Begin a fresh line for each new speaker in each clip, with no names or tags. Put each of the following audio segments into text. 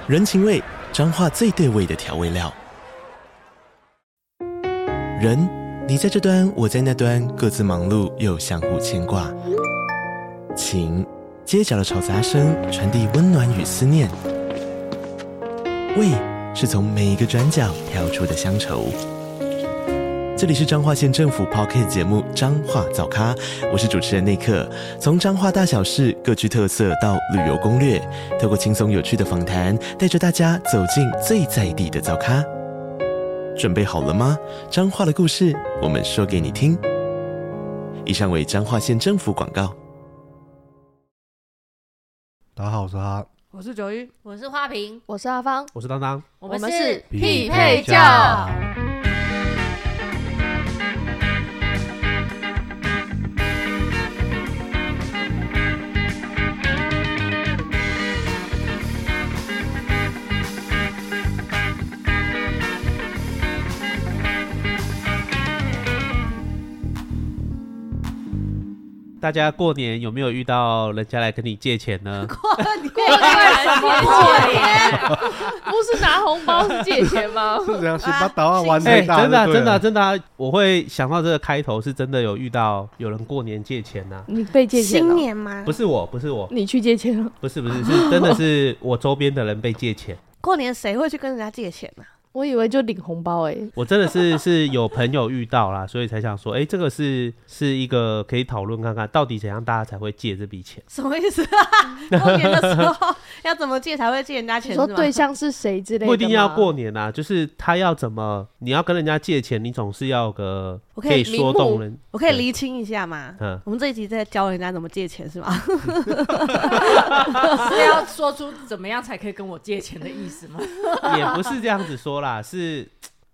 人情味，彰化最对味的调味料。人，你在这端，我在那端，各自忙碌又相互牵挂。情，街角的吵杂声传递温暖与思念。味，是从每一个转角跳出的乡愁。这里是彰化县政府 Podcast 节目《彰化早咖》，我是主持人内克。从彰化大小事各具特色到旅游攻略，透过轻松有趣的访谈，带着大家走进最在地的早咖。准备好了吗？彰化的故事，我们说给你听。以上为彰化县政府广告。
大家好，我是哈，
我是九一，
我是花瓶，
我是阿芳，
我是当当，
我们是
匹配教。
大家过年有没有遇到人家来跟你借钱呢？
过年不是拿红包是借钱吗？
是这样，先把答案玩太大。
真的啊，我会想到这个开头是真的有遇到有人过年借钱啊。
你被借钱了？
新年吗？
不是我，
你去借钱了？
不是，是真的是我周边的人被借钱。
过年谁会去跟人家借钱啊？
我以为就领红包
我真的是有朋友遇到啦，所以才想说，这个是一个可以讨论看看，到底怎样大家才会借这笔钱？
什么意思啊？过年的时候要怎么借才会借人家钱？
你说对象是谁之类的吗？
不一定要过年啊，就是他要怎么，你要跟人家借钱，你总是要个可以说动人。
我可以厘清一下吗？我们这一集在教人家怎么借钱是吗？
是要说出怎么样才可以跟我借钱的意思吗？
也不是这样子说啦，是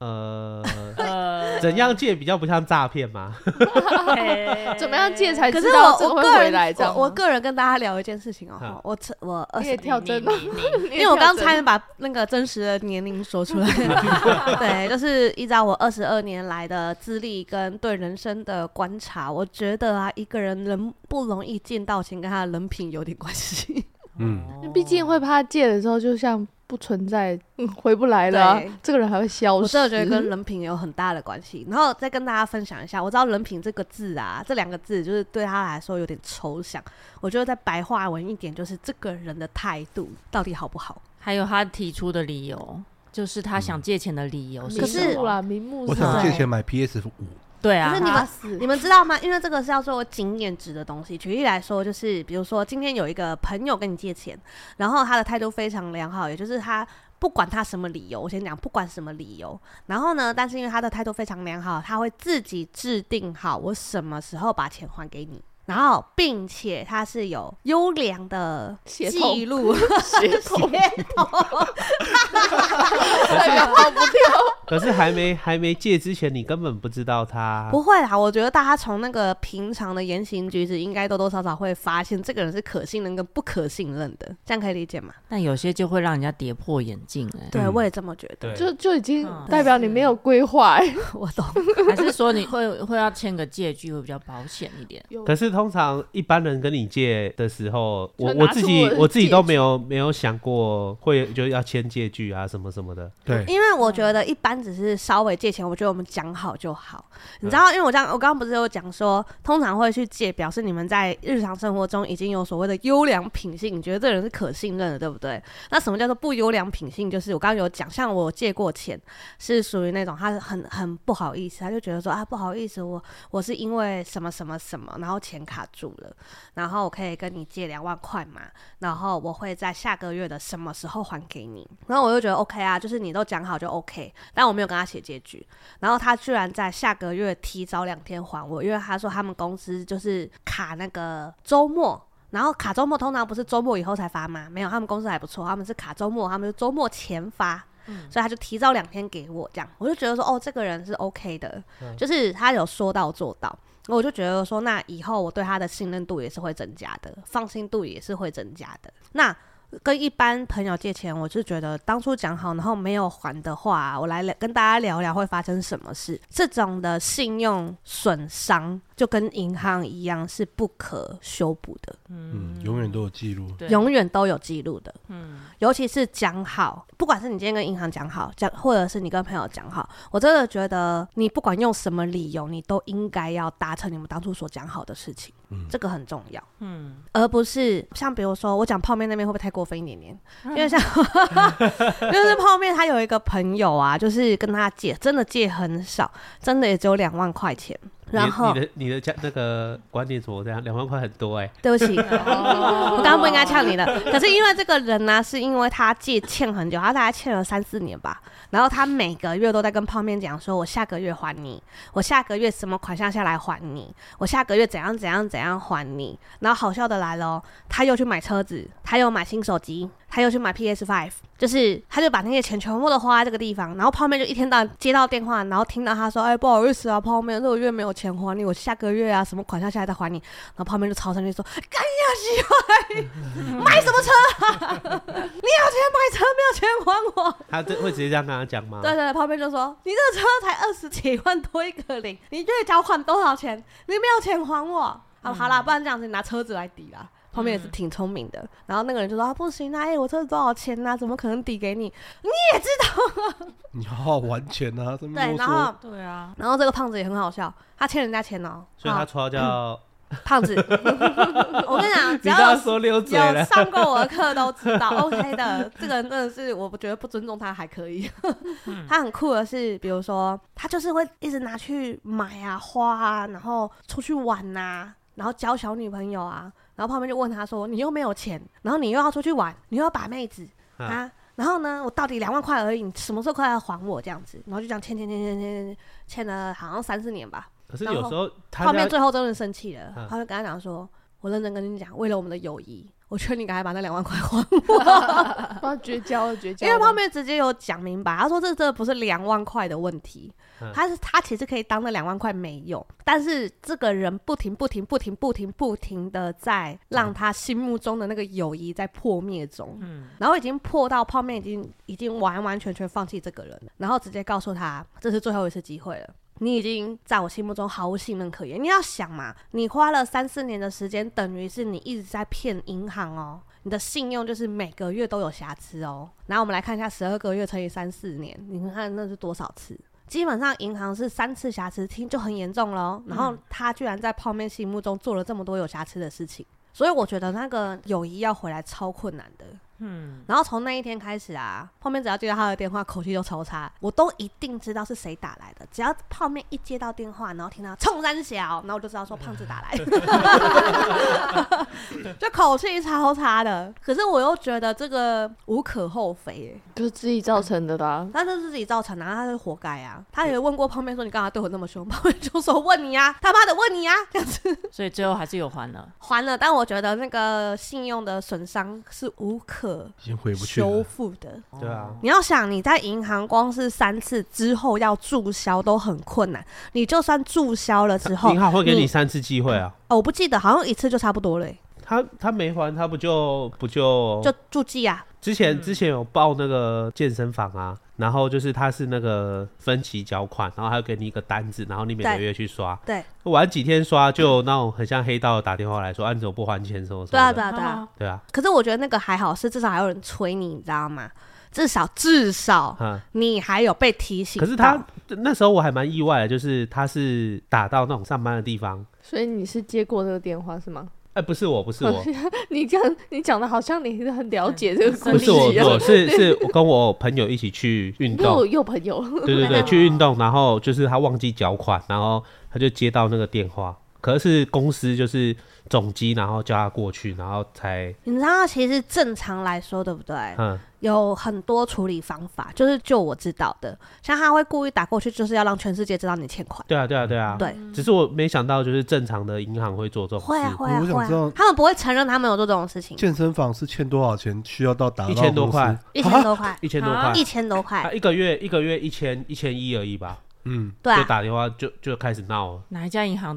怎样借比较不像诈骗吗？
怎么样借才知道这个会回来？这样
我个人跟大家聊一件事情哦，我
20跳针了，
因为我刚才把那个真实的年龄说出来，对，就是依照我22年来的资历跟对人生的观察，我觉得啊，一个人能不容易借到钱，跟他的人品有点关系。
毕竟会怕借的时候，就像不存在，回不来了，这个人还会消失。
我真的觉得跟人品有很大的关系。然后再跟大家分享一下，我知道人品这个字啊，这2个字就是对他来说有点抽象。我觉得再白话文一点，就是这个人的态度到底好不好，
还有他提出的理由，就是他想借钱的理由是
什么？名目
我想借钱买 PS5。
对啊，
可是你们知道吗？因为这个是要做经验值的东西。举例来说，就是比如说今天有一个朋友跟你借钱，然后他的态度非常良好，也就是他不管他什么理由，我先讲不管什么理由，然后呢，但是因为他的态度非常良好，他会自己制定好我什么时候把钱还给你。然后，并且他是有优良的记录，
协同，
可是还没借之前，你根本不知道他。
不会啦，我觉得大家从那个平常的言行举止，应该多多少少会发现这个人是可信任跟不可信任的，这样可以理解吗？
但有些就会让人家跌破眼镜
对，我也这么觉得。
就已经代表你没有规划
我懂。
还是说你会要签个借据会比较保险一点？
可是通常一般人跟你借的时候，我自己都没有想过会就要签借据啊什么什么的。
对，
因为我觉得一般只是稍微借钱，我觉得我们讲好就好。你知道，因为我刚刚不是有讲说，通常会去借，表示你们在日常生活中已经有所谓的优良品性，你觉得这个人是可信任的，对不对？那什么叫做不优良品性？就是我刚刚有讲，像我借过钱，是属于那种他很不好意思，他就觉得说啊不好意思，我是因为什么什么什么，然后钱卡住了，然后我可以跟你借2万块嘛，然后我会在下个月的什么时候还给你，然后我就觉得 OK 啊，就是你都讲好就 OK， 但我没有跟他写借据，然后他居然在下个月提早2天还我，因为他说他们公司就是卡那个周末，然后卡周末通常不是周末以后才发吗？没有，他们公司还不错，他们是卡周末，他们是周末前发，所以他就提早2天给我，这样我就觉得说哦，这个人是 OK 的，就是他有说到做到。我就觉得说，那以后我对他的信任度也是会增加的，放心度也是会增加的。那跟一般朋友借钱，我就觉得当初讲好，然后没有还的话，我来跟大家聊聊会发生什么事。这种的信用损伤， 就跟银行一样是不可修补的，
永远都有记录，
永远都有记录的，尤其是讲好，不管是你今天跟银行讲好，或者是你跟朋友讲好，我真的觉得你不管用什么理由，你都应该要达成你们当初所讲好的事情，这个很重要，而不是像比如说我讲泡面那边会不会太过分一点点？因为像就是泡面他有一个朋友啊，就是跟他借，真的借很少，真的也只有2万块钱。然后
你的那个观念怎么这样？2万块很多
对不起，我刚刚不应该呛你的。可是因为这个人呢，是因为他欠很久，他大概欠了3-4年吧。然后他每个月都在跟泡面讲说，我下个月还你，我下个月什么款项下来还你，我下个月怎样怎样怎样还你。然后好笑的来了，他又去买车子，他又买新手机，他又去买 PS5， 就是他就把那些钱全部都花在这个地方。然后泡面就一天到晚接到电话，然后听到他说，不好意思啊，泡面这个月没有钱还你，我下个月啊什么款项下来再还你。然后泡面就超生气说，干呀喜欢买什么车啊？你有钱买车没有钱还我？
他会直接这样跟他讲吗？
对对对，泡面就说，你这个车才20几万多一个零，你月缴款多少钱？你没有钱还我。好啦，不然这样子你拿车子来抵啦。泡面也是挺聪明的，然后那个人就说，不行啊，我车子多少钱啊？怎么可能抵给你？你也知道
你好好还钱啊，这么
对，然后
对啊，
然后这个胖子也很好笑，他欠人家钱哦，
所以他绰号叫
胖子。我跟你讲，只
你
要
说溜嘴了，
有上过我的课都知道，OK 的。这个人真的是，我觉得不尊重他还可以。他很酷的是，比如说他就是会一直拿去买啊、花啊，然后出去玩啊，然后交小女朋友啊。然后泡面就问他说，你又没有钱，然后你又要出去玩，你又要把妹子啊，然后呢我到底2万块而已，你什么时候快要还我这样子？然后就这样欠了好像3-4年吧。
可是有时候
泡面最后真的生气了，他就跟他讲说，我认真跟你讲，为了我们的友谊，我劝你赶快把那2万块还我。
绝交了，绝交了。
因为泡面直接有讲明白，他说这真的不是2万块的问题，他其实可以当那2万块没有，但是这个人不停的在让他心目中的那个友谊在破灭中，然后已经破到泡面已经完完全全放弃这个人了，然后直接告诉他这是最后一次机会了。你已经在我心目中毫无信任可言。你要想嘛，你花了3-4年的时间，等于是你一直在骗银行哦。你的信用就是每个月都有瑕疵哦。然后我们来看一下12个月乘以3-4年，你看那是多少次？基本上银行是3次瑕疵，听就很严重了。然后他居然在泡面心目中做了这么多有瑕疵的事情，所以我觉得那个友谊要回来超困难的。然后从那一天开始啊，泡面只要接到他的电话，口气就超差，我都一定知道是谁打来的。只要泡面一接到电话，然后听到冲三小，然后我就知道说胖子打来的，就口气超差的。可是我又觉得这个无可厚非，
就是自己造成的啦。
他就是自己造成的，他是活该啊。他也问过泡面说你干嘛对我那么凶，泡面就说问你啊，他妈的问你啊，这样子。
所以最后还是有还了，
但我觉得那个信用的损伤是无可
已经回不去了
修复的。
对啊，
你要想你在银行光是3次之后要注销都很困难，你就算注销了之后，
银行会给你3次机会啊。
我不记得，好像1次就差不多了。
他没还，他不就
注记啊？
之前有报那个健身房啊，然后就是他是那个分期缴款，然后还有给你一个单子，然后你每个月去刷。对，玩几天刷就有那种很像黑道打电话来说，你怎么不还钱什么什么的。对啊。可是我觉得那个还好，是至少还有人催你，你知道吗？至少你还有被提醒到。可是他那时候我还蛮意外的，就是他是打到那种上班的地方。
所以你是接过这个电话是吗？
不是我
你讲的好像你是很了解这个故事。
不是我是我跟我朋友一起去运动。
又朋友。
对，去运动，然后就是他忘记缴款，然后他就接到那个电话，可是公司就是总机，然后叫他过去，然后才。
你知道其实正常来说对不对？有很多处理方法，就我知道的，像他会故意打过去，就是要让全世界知道你欠款。
对啊。对，只是我没想到，就是正常的银行会做这种事。
会啊，
我想知道
他们不会承认他们有做这种事情。
健身房是欠多少钱？需要到达到
1000多块
，1000多块
，1000多块，一个月1100而已吧。
对啊，
就打电话就开始闹了。
哪一家银行这么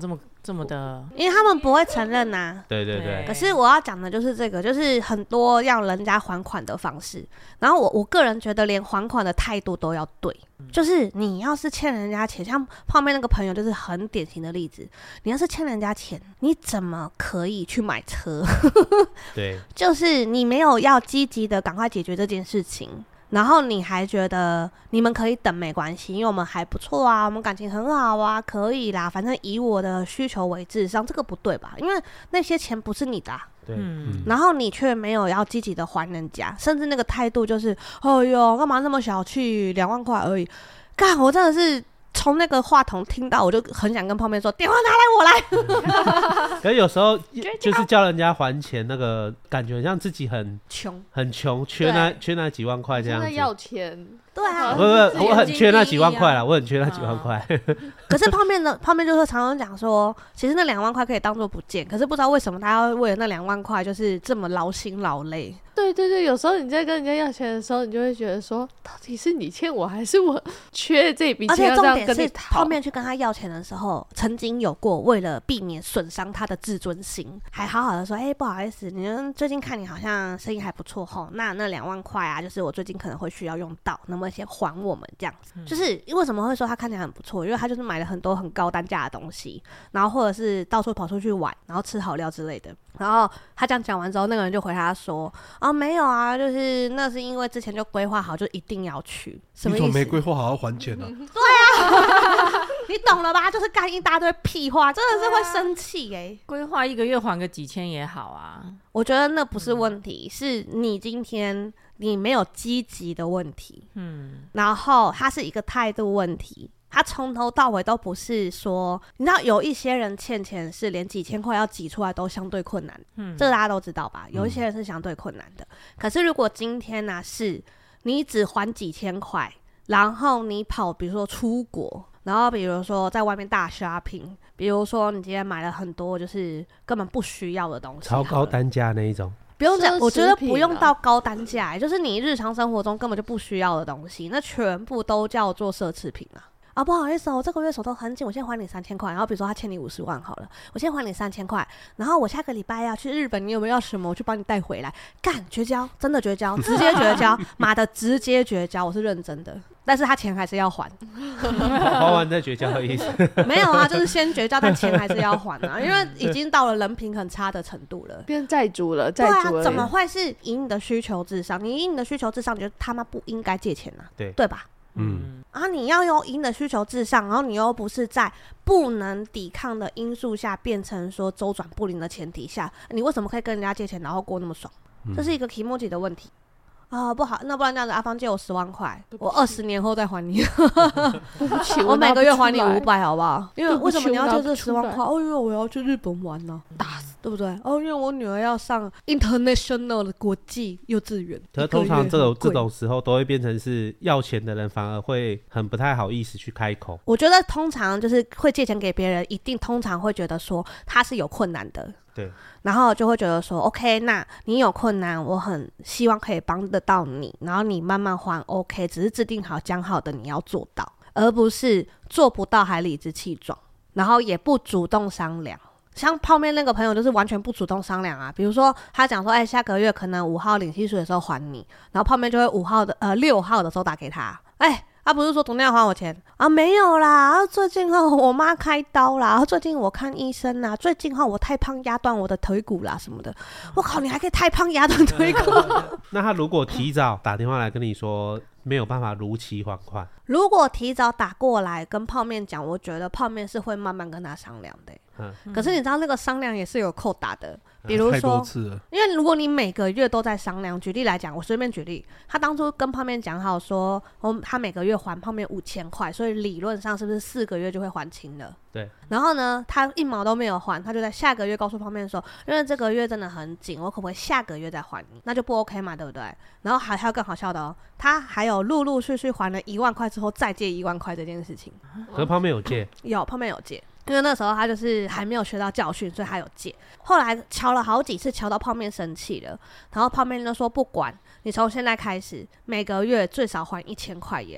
这么的，
因为他们不会承认呐。
对对对。
可是我要讲的就是这个，就是很多让人家还款的方式。然后我个人觉得，连还款的态度都要对。就是你要是欠人家钱，像泡面那个朋友就是很典型的例子。你要是欠人家钱，你怎么可以去买车？
对，
就是你没有要积极的赶快解决这件事情。然后你还觉得你们可以等没关系，因为我们还不错啊，我们感情很好啊，可以啦，反正以我的需求为至上，这个不对吧？因为那些钱不是你的
对，
然后你却没有要积极的还人家，甚至那个态度就是，哎呦，干嘛那么小气，2万块而已，干，我真的是。从那个话筒听到，我就很想跟泡面说：“电话拿来，我来。”
可是有时候就是叫人家还钱，那个感觉很像自己很穷，缺那几万块这样子。
要钱。
对啊，
不，我很缺那几万块啦，我很缺那几万块。
可是泡面就是常常讲说，其实那2万块可以当做不见，可是不知道为什么他要为了那2万块就是这么劳心劳累。
对对对，有时候你在跟人家要钱的时候，你就会觉得说，到底是你欠我，还是我缺这笔钱？
而且重点是，泡面去跟他要钱的时候，曾经有过为了避免损伤他的自尊心，还好好的说：“不好意思，你最近看你好像生意还不错吼，那2万块啊，就是我最近可能会需要用到，能不能先还我们这样子？”就是为什么会说他看起来很不错，因为他就是买了很多很高单价的东西，然后或者是到处跑出去玩，然后吃好料之类的。然后他这样讲完之后，那个人就回他说：“没有啊，就是那是因为之前就规划好，就一定要去。”什么意思？
你怎么没规划好要还钱呢？
对啊，你懂了吧？就是干一大堆屁话，真的是会生气
规划1个月还个几千也好啊。
我觉得那不是问题，是你今天你没有积极的问题。然后它是一个态度问题。他从头到尾都不是说，你知道有一些人欠钱是连几千块要挤出来都相对困难，这个大家都知道吧？有一些人是相对困难的。可是如果今天呢，是你只还几千块，然后你跑，比如说出国，然后比如说在外面大 shopping， 比如说你今天买了很多就是根本不需要的东西，
超高单价那一种。
不用讲，我觉得不用到高单价，就是你日常生活中根本就不需要的东西，那全部都叫做奢侈品啊。不好意思我这个月手头很紧，我先还你3000块。然后比如说他欠你50万好了，我先还你3000块。然后我下个礼拜要去日本，你有没有要什么？我去帮你带回来。干，绝交，真的绝交，直接绝交，妈的，直接绝交，我是认真的。但是他钱还是要还，
还完再绝交的意思？
没有啊，就是先绝交，但钱还是要还啊，因为已经到了人品很差的程度了，
变债主了。
对啊，怎么会是以你的需求至上？你以你的需求至上，你就他妈不应该借钱啊，对吧？你要用以你的需求至上，然后你又不是在不能抵抗的因素下变成说周转不灵的前提下，你为什么可以跟人家借钱然后过那么爽？这是一个题目级的问题。不好，那不然这样子，阿芳借我10万块，我20年后再还你。
对不起，
我每个月还你500，好不好？因为为什么你要借这10万块？因为我要去日本玩呢，打死，对不对？因为我女儿要上 international 的国际幼稚园。
可是通常这种时候都会变成是要钱的人反而会很不太好意思去开口。
我觉得通常就是会借钱给别人，一定通常会觉得说他是有困难的。
对，
然后就会觉得说 OK， 那你有困难，我很希望可以帮得到你，然后你慢慢还 OK， 只是制定好讲好的你要做到，而不是做不到还理直气壮，然后也不主动商量。像泡面那个朋友就是完全不主动商量啊，比如说他讲说下个月可能5号领薪水的时候还你，然后泡面就会6号的时候打给他，他不是说昨天要还我钱没有啦，最近我妈开刀啦，最近我看医生啦，最近我太胖压断我的腿骨啦什么的。我靠，你还可以太胖压断腿骨？
那他如果提早打电话来跟你说没有办法如期还款，
如果提早打过来跟泡面讲，我觉得泡面是会慢慢跟他商量的。可是你知道那个商量也是有扣打的，比如说因为如果你每个月都在商量，举例来讲，我随便举例，他当初跟泡面讲好说他每个月还泡面5000块，所以理论上是不是4个月就会还清了？
对。
然后呢，他1毛都没有还，他就在下个月告诉泡面说，因为这个月真的很紧，我可不可以下个月再还你？那就不 OK 嘛，对不对？然后还有更好笑的他还有陆陆续续还了1万块之后再借1万块这件事情。
可是泡面有借？
有，泡面有借。因为那时候他就是还没有学到教训，所以他有借。后来敲了好几次，敲到泡面生气了，然后泡面就说不管，你从现在开始每个月最少还1000块也好。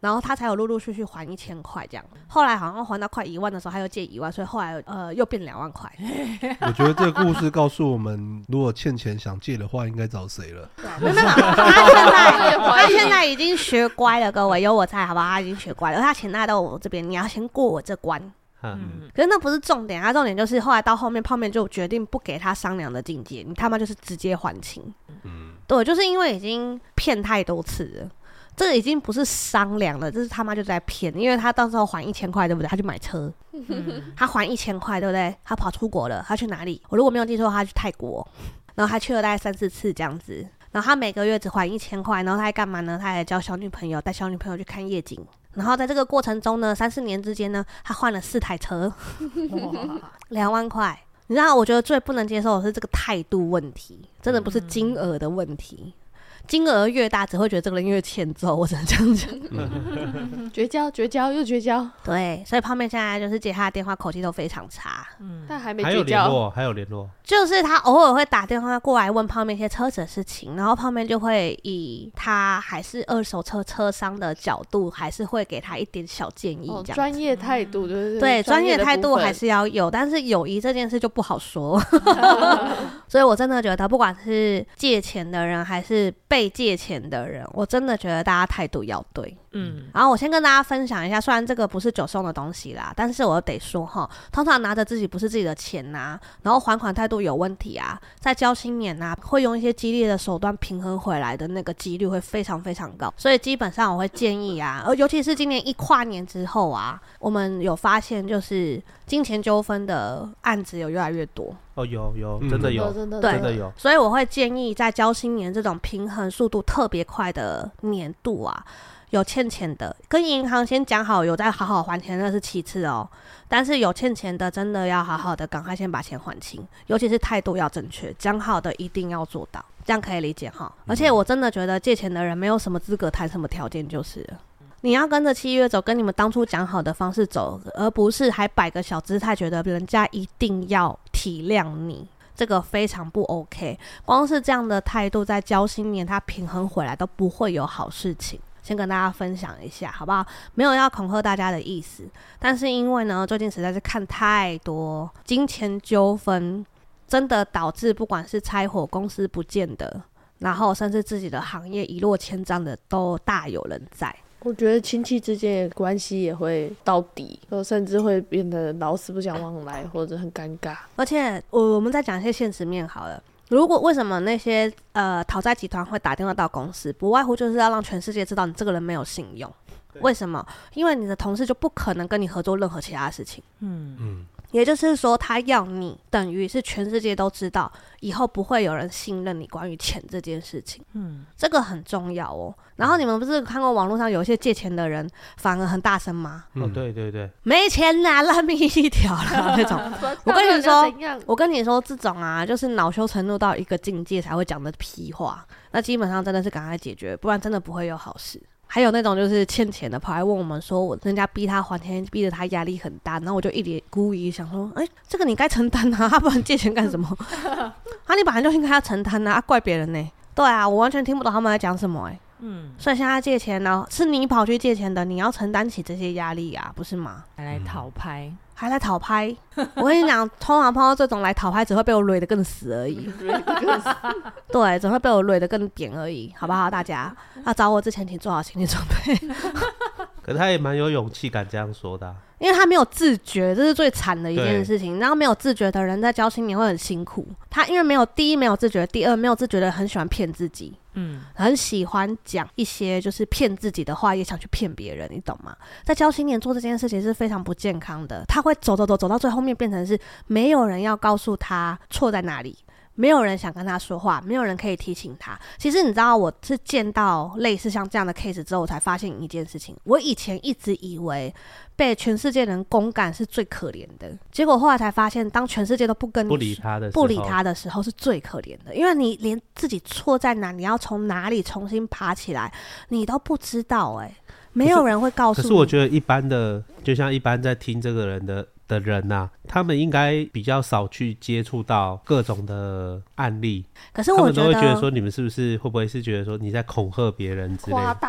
然后他才有陆陆续续还1000块这样。后来好像还到快1万的时候，他又借1万，所以后来又变2万块。
我觉得这个故事告诉我们，如果欠钱想借的话，应该找谁了？
没有，他现在已经学乖了，各位有我在，好不好？他已经学乖了，他钱拿到我这边，你要先过我这关。可是那不是重点，他重点就是后来到后面泡面就决定不给他商量的境界，你他妈就是直接还清。对，就是因为已经骗太多次了。这个已经不是商量了，这是他妈就在骗，因为他到时候还1000块，对不对？他去买车，他还1000块，对不对？他跑出国了，他去哪里？我如果没有记错，他去泰国，然后他去了大概3-4次这样子。然后他每个月只还1000块，然后他还干嘛呢？他还交小女朋友，带小女朋友去看夜景。然后在这个过程中呢，3-4年之间呢，他换了4台车，2万块。你知道，我觉得最不能接受的是这个态度问题，真的不是金额的问题。金额越大，只会觉得这个人越欠揍，我只能这样讲。
绝交，绝交又绝交。
对，所以泡面现在就是接他的电话口气都非常差。
但还没绝交。
还有联络，
就是他偶尔会打电话过来问泡面一些车子的事情，然后泡面就会以他还是二手车车商的角度，还是会给他一点小建议，这样
专业态度，
对，专业态度还是要有，但是友谊这件事就不好说。所以我真的觉得，不管是借钱的人还是被借钱的人，我真的觉得大家态度要对。然后我先跟大家分享一下，虽然这个不是酒送的东西啦，但是我得说哈，通常拿着自己不是自己的钱啊，然后还款态度有问题啊，在交新年啊，会用一些激烈的手段平衡回来的那个几率会非常非常高。所以基本上我会建议啊，尤其是今年一跨年之后啊，我们有发现就是金钱纠纷的案子有越来越多。
有，真的有，真的有。
所以我会建议在交新年这种平衡速度特别快的年度啊，有欠钱的跟银行先讲好，有在好好还钱那是其次哦。但是有欠钱的真的要好好的赶快先把钱还清，尤其是态度要正确，讲好的一定要做到，这样可以理解哈。而且我真的觉得借钱的人没有什么资格谈什么条件就是了。你要跟着契约走，跟你们当初讲好的方式走，而不是还摆个小姿态，觉得人家一定要体谅你，这个非常不 OK。光是这样的态度，在交新年他平衡回来都不会有好事情。先跟大家分享一下好不好？没有要恐吓大家的意思，但是因为呢，最近实在是看太多金钱纠纷，真的导致不管是拆伙公司不见的，然后甚至自己的行业一落千丈的，都大有人在。
我觉得亲戚之间的关系也会到底，甚至会变得老死不相往来，或者很尴尬。
而且我们再讲一些现实面好了。为什么那些讨债集团会打电话到公司，不外乎就是要让全世界知道你这个人没有信用。为什么？因为你的同事就不可能跟你合作任何其他事情。也就是说，他要你等于是全世界都知道，以后不会有人信任你关于钱这件事情。这个很重要哦。然后你们不是看过网络上有一些借钱的人反而很大声吗？
对对对，
没钱啦，烂命一条啦那种。我跟你说，这种啊，就是恼羞成怒到一个境界才会讲的屁话。那基本上真的是赶快解决，不然真的不会有好事。还有那种就是欠钱的跑来问我们说，人家逼他还钱，逼得他压力很大，然后我就一脸故意想说，这个你该承担啊，不然借钱干什么？你本来就应该要承担啊，怪别人呢？对啊，我完全听不懂他们在讲什么所以现在借钱呢，是你跑去借钱的，你要承担起这些压力啊，不是吗？
还来讨拍，
我跟你讲，通常碰到这种来讨拍，只会被我累得更死而已。对，只会被我累得更扁而已，好不好？大家要找我之前，请做好心理准备。
可是他也蛮有勇气敢这样说的
因为他没有自觉，这是最惨的一件事情。然后没有自觉的人在交新年会很辛苦。他因为第一没有自觉，第二没有自觉的很喜欢骗自己。很喜欢讲一些就是骗自己的话，也想去骗别人，你懂吗？在交新年做这件事情是非常不健康的。他会走到最后面变成是没有人要告诉他错在哪里，没有人想跟他说话，没有人可以提醒他。其实你知道，我是见到类似像这样的 case 之后，我才发现一件事情。我以前一直以为被全世界人公干是最可怜的，结果后来才发现，当全世界都不理他的时候是最可怜的。因为你连自己错在哪，你要从哪里重新爬起来，你都不知道没有人会告诉你。
可是我觉得一般的，就像一般在听这个人的人啊，他们应该比较少去接触到各种的案例。
可是我觉得
他们都会觉得说，你们是不是会不会是觉得说你在恐吓别人之类的？
夸大。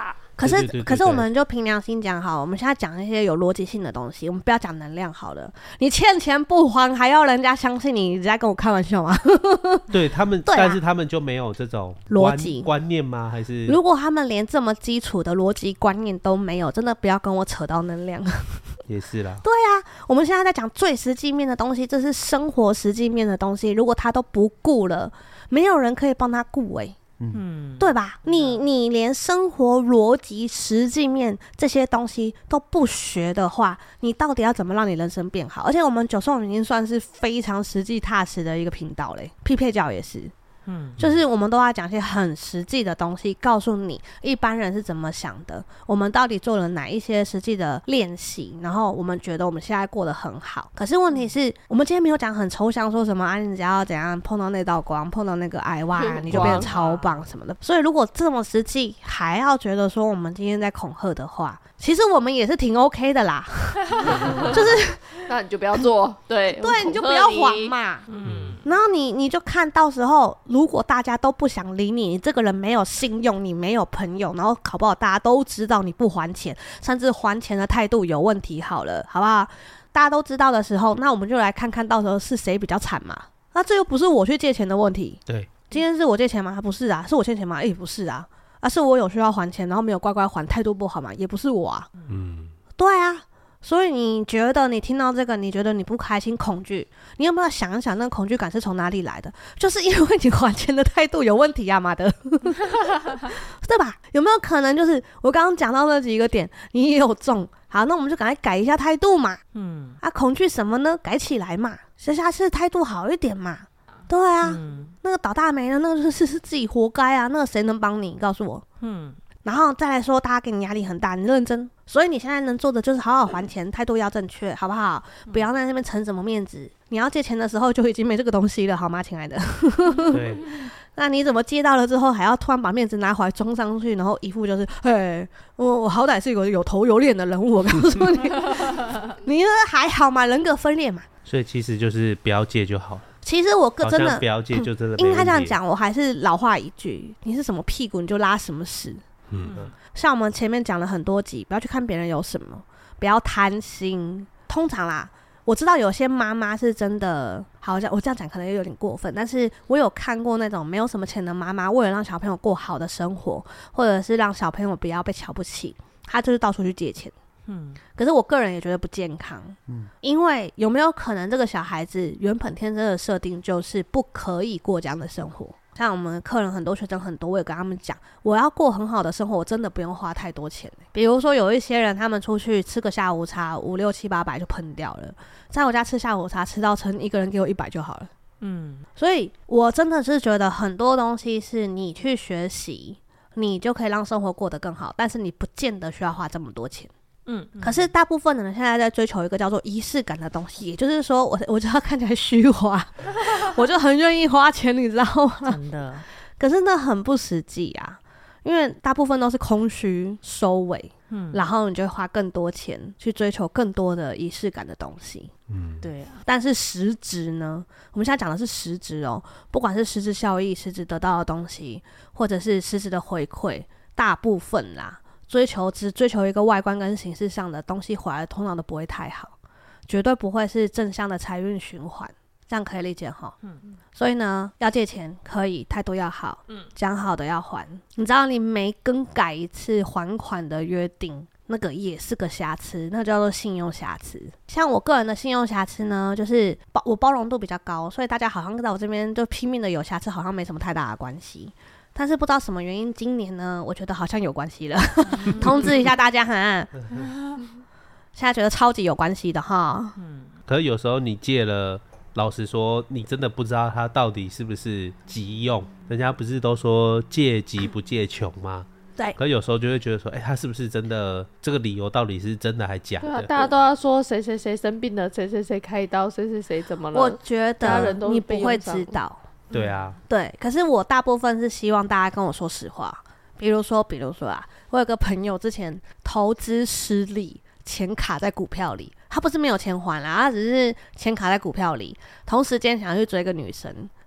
可是
对对对对
可是我们就凭良心讲好，我们现在讲一些有逻辑性的东西，我们不要讲能量好了。你欠钱不还，还要人家相信你在跟我开玩笑吗？
对他们，
对啊
但是他们就没有这种
逻辑
观念吗？还是
如果他们连这么基础的逻辑观念都没有，真的不要跟我扯到能量。
也是啦。
对啊，我们现在在讲最实际面的东西，这是生活实际面的东西。如果他都不顾了，没有人可以帮他顾对吧？你连生活逻辑、实际面这些东西都不学的话，你到底要怎么让你人生变好？而且我们9送已经算是非常实际踏实的一个频道嘞，匹配教也是。就是我们都要讲一些很实际的东西，告诉你一般人是怎么想的，我们到底做了哪一些实际的练习，然后我们觉得我们现在过得很好。可是问题是我们今天没有讲很抽象，说什么你只要怎样碰到那道光，碰到那个爱哇，你就变得超棒什么的。所以如果这么实际还要觉得说我们今天在恐吓的话，其实我们也是挺 OK 的啦。就是
那你就不要做，对，
你就不要还嘛。然后你就看到时候，如果大家都不想理你，你这个人没有信用，你没有朋友，然后搞不好大家都知道你不还钱，甚至还钱的态度有问题，好了，好不好？大家都知道的时候，那我们就来看看到时候是谁比较惨嘛。那这又不是我去借钱的问题。
对，
今天是我借钱吗？不是啊。是我欠钱吗？不是啊。是我有需要还钱，然后没有乖乖还，态度不好嘛？也不是我啊。对啊。所以你觉得你听到这个，你觉得你不开心、恐惧，你有没有想一想那个恐惧感是从哪里来的？就是因为你还钱的态度有问题啊，妈的，对吧？有没有可能就是我刚刚讲到那几个点，你也有中？好，那我们就赶快改一下态度嘛。恐惧什么呢？改起来嘛，下次态度好一点嘛。对啊，那个倒大霉的，那个是自己活该啊，那个谁能帮你？告诉我。然后再来说，大家给你压力很大，你认真，所以你现在能做的就是好好还钱，态度要正确，好不好？不要在那边逞什么面子。你要借钱的时候就已经没这个东西了，好吗，亲爱的？
对。
那你怎么借到了之后，还要突然把面子拿回来装上去，然后一副就是，我好歹是一个有头有脸的人物，我告诉你，你还好嘛，人格分裂嘛。
所以其实就是不要借就好了。
其实我真的
不要借就真的
应该这样讲，我还是老话一句，你是什么屁股你就拉什么屎。像我们前面讲了很多集，不要去看别人有什么，不要贪心。通常啦，我知道有些妈妈是真的，好像我这样讲可能也有点过分，但是我有看过那种没有什么钱的妈妈，为了让小朋友过好的生活，或者是让小朋友不要被瞧不起，她就是到处去借钱。可是我个人也觉得不健康。因为有没有可能这个小孩子原本天生的设定就是不可以过这样的生活？像我们客人很多，学生很多，我也跟他们讲，我要过很好的生活，我真的不用花太多钱。比如说有一些人，他们出去吃个下午茶，5、6、7、800就喷掉了，在我家吃下午茶吃到撑，一个人给我100就好了。所以我真的是觉得很多东西是你去学习，你就可以让生活过得更好，但是你不见得需要花这么多钱。可是大部分的人现在在追求一个叫做仪式感的东西，也就是说我就要看起来虚华，我就很愿意花钱，你知道吗？
真的。
可是那很不实际啊，因为大部分都是空虚收尾，然后你就会花更多钱去追求更多的仪式感的东西。
对啊。
但是实质呢，我们现在讲的是实质哦，不管是实质效益、实质得到的东西，或者是实质的回馈，大部分啦。只追求一个外观跟形式上的东西回来，通常都不会太好，绝对不会是正向的财运循环，这样可以理解齁。所以呢，要借钱可以，态度要好，讲好的要还。你知道你每更改一次还款的约定，那个也是个瑕疵，那叫做信用瑕疵。像我个人的信用瑕疵呢，就是我包容度比较高，所以大家好像在我这边就拼命的有瑕疵，好像没什么太大的关系。但是不知道什么原因，今年呢，我觉得好像有关系了。通知一下大家哈，现在觉得超级有关系的哈。
可是有时候你借了，老实说，你真的不知道他到底是不是急用。人家不是都说借急不借穷吗？
对。
可是有时候就会觉得说，他是不是真的？这个理由到底是真的还假的？
对啊，大家都要说谁谁谁生病了，谁谁谁开刀，谁谁谁怎么了？
我觉得你不会知道。
对啊，
对，可是我大部分是希望大家跟我说实话。比如说啊，我有个朋友之前投资失利，钱卡在股票里，他不是没有钱还啦，他只是钱卡在股票里，同时间想要去追个女生，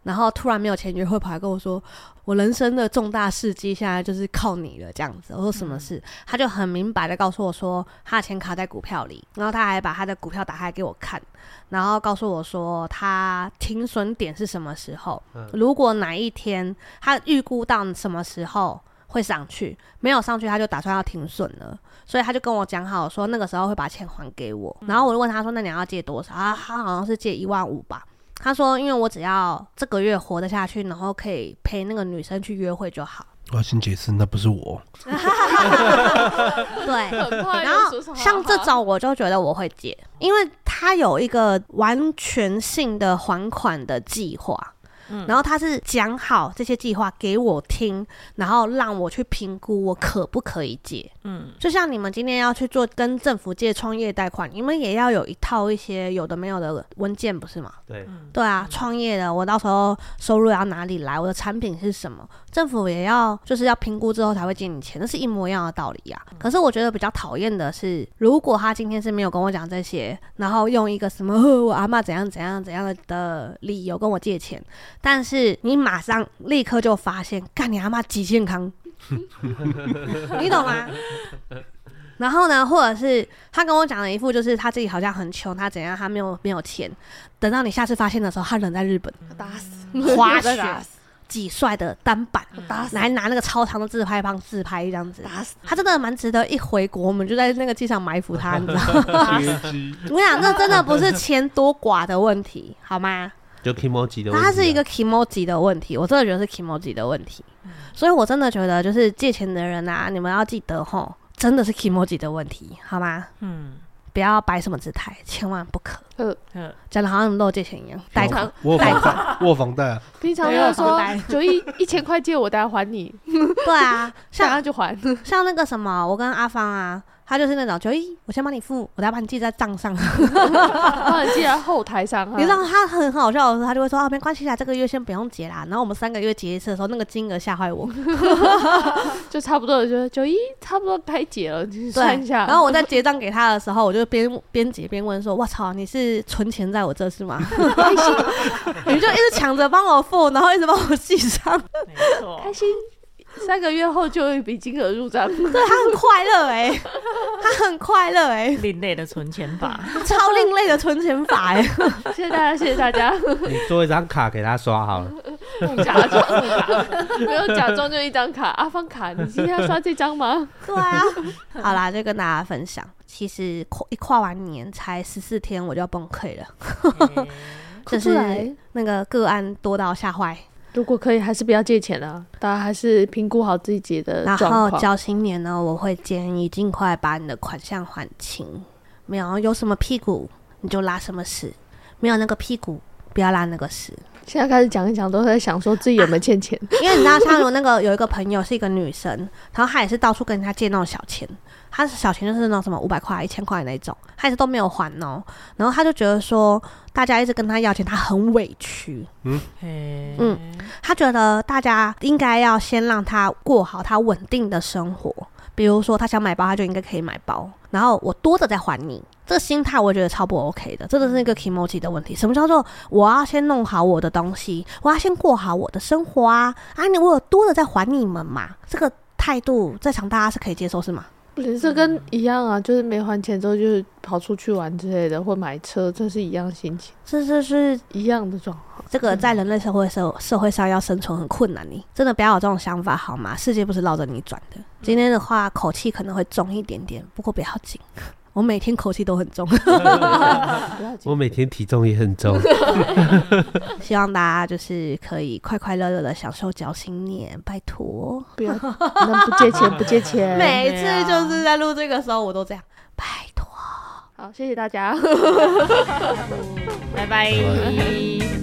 然后突然没有钱约会，跑来跟我说我人生的重大事迹现在就是靠你了这样子。我说什么事？他就很明白的告诉我说他的钱卡在股票里，然后他还把他的股票打开给我看，然后告诉我说他停损点是什么时候，如果哪一天他预估到什么时候会上去，没有上去他就打算要停损了，所以他就跟我讲好说那个时候会把钱还给我。然后我就问他说那你要借多少？他好像是借15000吧。他说因为我只要这个月活得下去，然后可以陪那个女生去约会就好。
我要先解释，那不是我。
对，然后像这种我就觉得我会借，因为他有一个完全性的还款的计划。然后他是讲好这些计划给我听，然后让我去评估我可不可以借。就像你们今天要去做跟政府借创业贷款，你们也要有一套一些有的没有的文件，不是吗？对啊，创业的我到时候收入要哪里来，我的产品是什么，政府也要就是要评估之后才会借你钱，那是一模一样的道理啊。可是我觉得比较讨厌的是，如果他今天是没有跟我讲这些，然后用一个什么我阿嬷怎样怎样怎样的理由跟我借钱，但是你马上立刻就发现干你阿嬷极健康你懂吗？然后呢，或者是他跟我讲了一副就是他自己好像很穷，他怎样，他没有钱，等到你下次发现的时候他人在日本
打死
滑雪几帅的单板，来拿那个超长的自拍棒自拍这样子，打死他真的蛮值得一回国我们就在那个机场埋伏他，你知道吗？我跟你讲，这真的不是钱多寡的问题，好吗？
就 kimoji 的问题，
它是一个 kimoji 的问题，我真的觉得是 kimoji 的问题。所以我真的觉得就是借钱的人啊，你们要记得齁，真的是 kimoji 的问题，好吗？不要摆什么姿态，千万不可。讲的好像你们都有借钱一样，贷款，
我房贷啊。
平常就说91000块借我，等下还你。
对啊，
像就还。
像那个什么，我跟阿芳啊，他就是那种91，我先帮你付，我等下把你记在账上，
帮你记在后台上。
你知道他很好笑的时候，他就会说没关系啦，这个月先不用结啦。然后我们3个月结一次的时候，那个金额吓坏我，
就差不多，觉得91差不多该结了，你算一下。
然后我在结账给他的时候，我就边结边问说：“我操，你是存钱在我这是吗？”你就一直抢着帮我付，然后一直帮我记账，
没错，
开心。3个月后就有一笔金额入账，
对，他很快乐他很快乐
另类的存钱法，
超另类的存钱法
谢谢大家，谢谢大家。
你做一张卡给他刷好了，
副卡就副卡，没有假装就一张卡，阿芳卡，你今天要刷这张吗？
对啊，好啦，就跟大家分享，其实一跨完年才14天我就要崩溃了，就是那个个案多到吓坏。
如果可以，还是不要借钱啊！大家还是评估好自己的状况。
然后交新年呢，我会建议尽快把你的款项还清。没有什么屁股你就拉什么屎，没有那个屁股不要拉那个屎。
现在开始讲一讲，都在想说自己有没有欠钱。
因为你知道，像有一个朋友是一个女生，然后她也是到处跟人家借那种小钱。她小钱就是那种什么500块、1000块那种，她一直都没有还哦。然后她就觉得说，大家一直跟她要钱，她很委屈。她觉得大家应该要先让她过好她稳定的生活。比如说，她想买包，她就应该可以买包，然后我多的再还你。这个心态我觉得超不 OK 的，真的是一个 kimoji 的问题。什么叫做我要先弄好我的东西，我要先过好我的生活啊？我有多的再还你们嘛？这个态度在场大家是可以接受是吗？
不是，这跟一样啊，就是没还钱之后就是跑出去玩之类的，或买车，这是一样心情，
这是
一样的状况。
这个在人类社会上要生存很困难，你真的不要有这种想法好吗？世界不是绕着你转的。今天的话口气可能会重一点点，不过不要紧。我每天口气都很重
我每天体重也很重
希望大家就是可以快快乐乐的享受交新年，拜托
不要能不借钱不借钱
每一次就是在录这个时候我都这样，拜托。
好，谢谢大家
拜拜